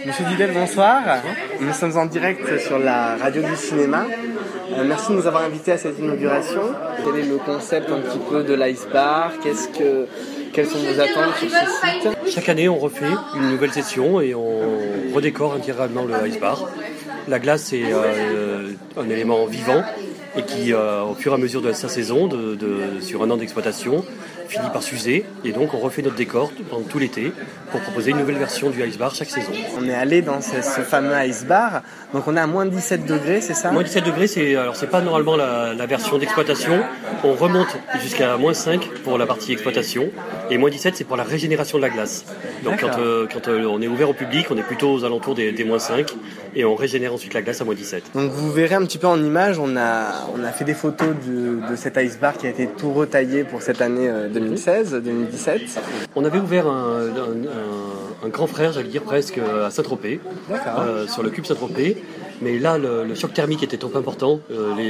Monsieur Didel, bonsoir. Nous sommes en direct sur la radio du cinéma. Merci de nous avoir invités à cette inauguration. Quel est le concept un petit peu de l'Ice Bar? Quelles sont vos attentes sur ce site? Chaque année, on refait une nouvelle session et on redécore intégralement le Ice Bar. La glace est un élément vivant et qui, au fur et à mesure de sa saison, sur un an d'exploitation, finit par s'user. Et donc, on refait notre décor pendant tout l'été pour proposer une nouvelle version du Ice Bar chaque saison. On est allé dans ce fameux Ice Bar. Donc, on est à moins 17 degrés, c'est ça? Moins 17 degrés, c'est pas normalement la version d'exploitation. On remonte jusqu'à moins 5 pour la partie exploitation. Et moins 17, c'est pour la régénération de la glace. Donc, quand on est ouvert au public, on est plutôt aux alentours des moins 5. Et on régénère ensuite la glace à moins 17. Donc, vous verrez un petit peu en image, on a fait des photos de cet Ice Bar qui a été tout retaillé pour cette année 2016-2017. On avait ouvert un grand frère, j'allais dire presque, à Saint-Tropez, sur le Cube Saint-Tropez. Mais là, le choc thermique était trop important.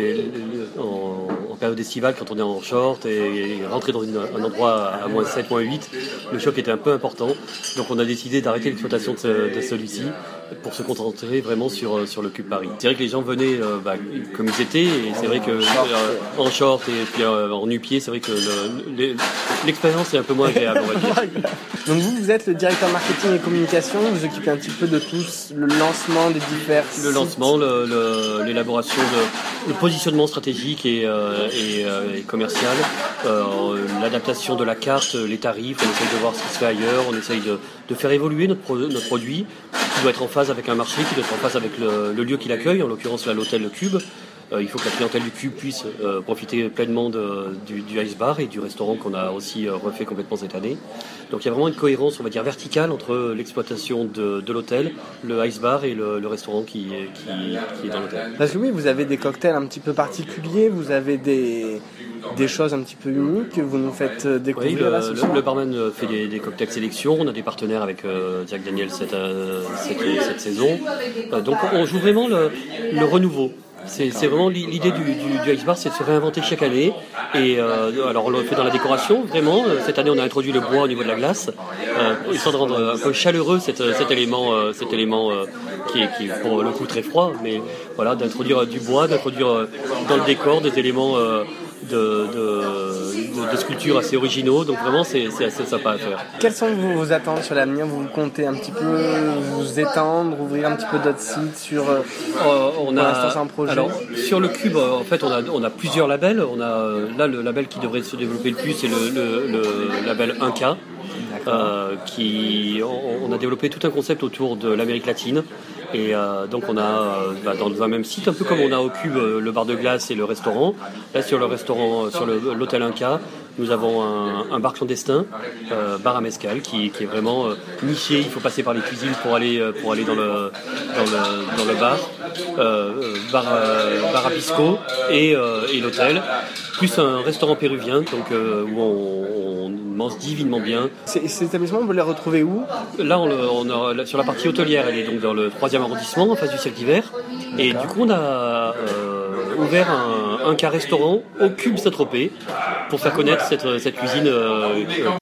En période estivale, quand on est en short et rentrer dans un endroit à moins 7, moins 8, le choc était un peu important. Donc on a décidé d'arrêter l'exploitation de celui-ci pour se concentrer vraiment sur le Cube Paris. C'est vrai que les gens venaient comme ils étaient, et c'est vrai que en short et puis en nu-pied, c'est vrai que l'expérience est un peu moins agréable, on va dire. Donc vous êtes le directeur marketing et communication, vous occupez un petit peu de tout le lancement des divers sites. Le lancement, l'élaboration, le positionnement stratégique et commercial, l'adaptation de la carte, les tarifs, on essaye de voir ce qui se fait ailleurs, on essaye de faire évoluer notre produit qui doit être en phase avec un marché, qui doit être en phase avec le lieu qui l'accueille, en l'occurrence là, l'hôtel Le Cube. Il faut que la clientèle du Cube puisse profiter pleinement du Ice Bar et du restaurant qu'on a aussi refait complètement cette année. Donc il y a vraiment une cohérence, on va dire, verticale entre l'exploitation de l'hôtel, le Ice Bar et le restaurant qui est dans l'hôtel. Parce que oui, vous avez des cocktails un petit peu particuliers, vous avez des choses un petit peu uniques que vous nous faites découvrir. Oui, le barman fait des cocktails sélection, on a des partenaires avec Jack Daniel cette saison. Donc on joue vraiment le renouveau. C'est vraiment l'idée du Ice Bar, c'est de se réinventer chaque année. Et alors on le fait dans la décoration, vraiment. Cette année, on a introduit le bois au niveau de la glace, histoire de rendre un peu chaleureux cet élément qui est pour le coup très froid. Mais voilà, d'introduire du bois, d'introduire dans le décor des éléments de sculptures assez originaux. Donc vraiment, c'est assez sympa à faire. Quelles sont vos attentes sur l'avenir? Vous comptez un petit peu vous étendre, ouvrir un petit peu d'autres sites sur pour l'instant, c'est un projet. Alors, sur le Cube, en fait, on a plusieurs labels. On a là le label qui devrait se développer le plus, c'est le label 1K. On a développé tout un concept autour de l'Amérique latine. Et donc on a dans un même site, un peu comme on a au Cube le bar de glace et le restaurant. Là sur le restaurant, sur l'hôtel Inca, nous avons un bar clandestin, bar à mezcal, qui est vraiment niché. Il faut passer par les cuisines pour aller dans le bar, bar à pisco et l'hôtel, plus un restaurant péruvien, donc où on mange divinement bien. Ces établissements, vous les retrouvez où? Là, sur la partie hôtelière, elle est donc dans le 3e arrondissement, en face du Cirque d'hiver. Et du coup, on a ouvert un cas restaurant au Cube Saint-Tropez pour faire connaître cette cuisine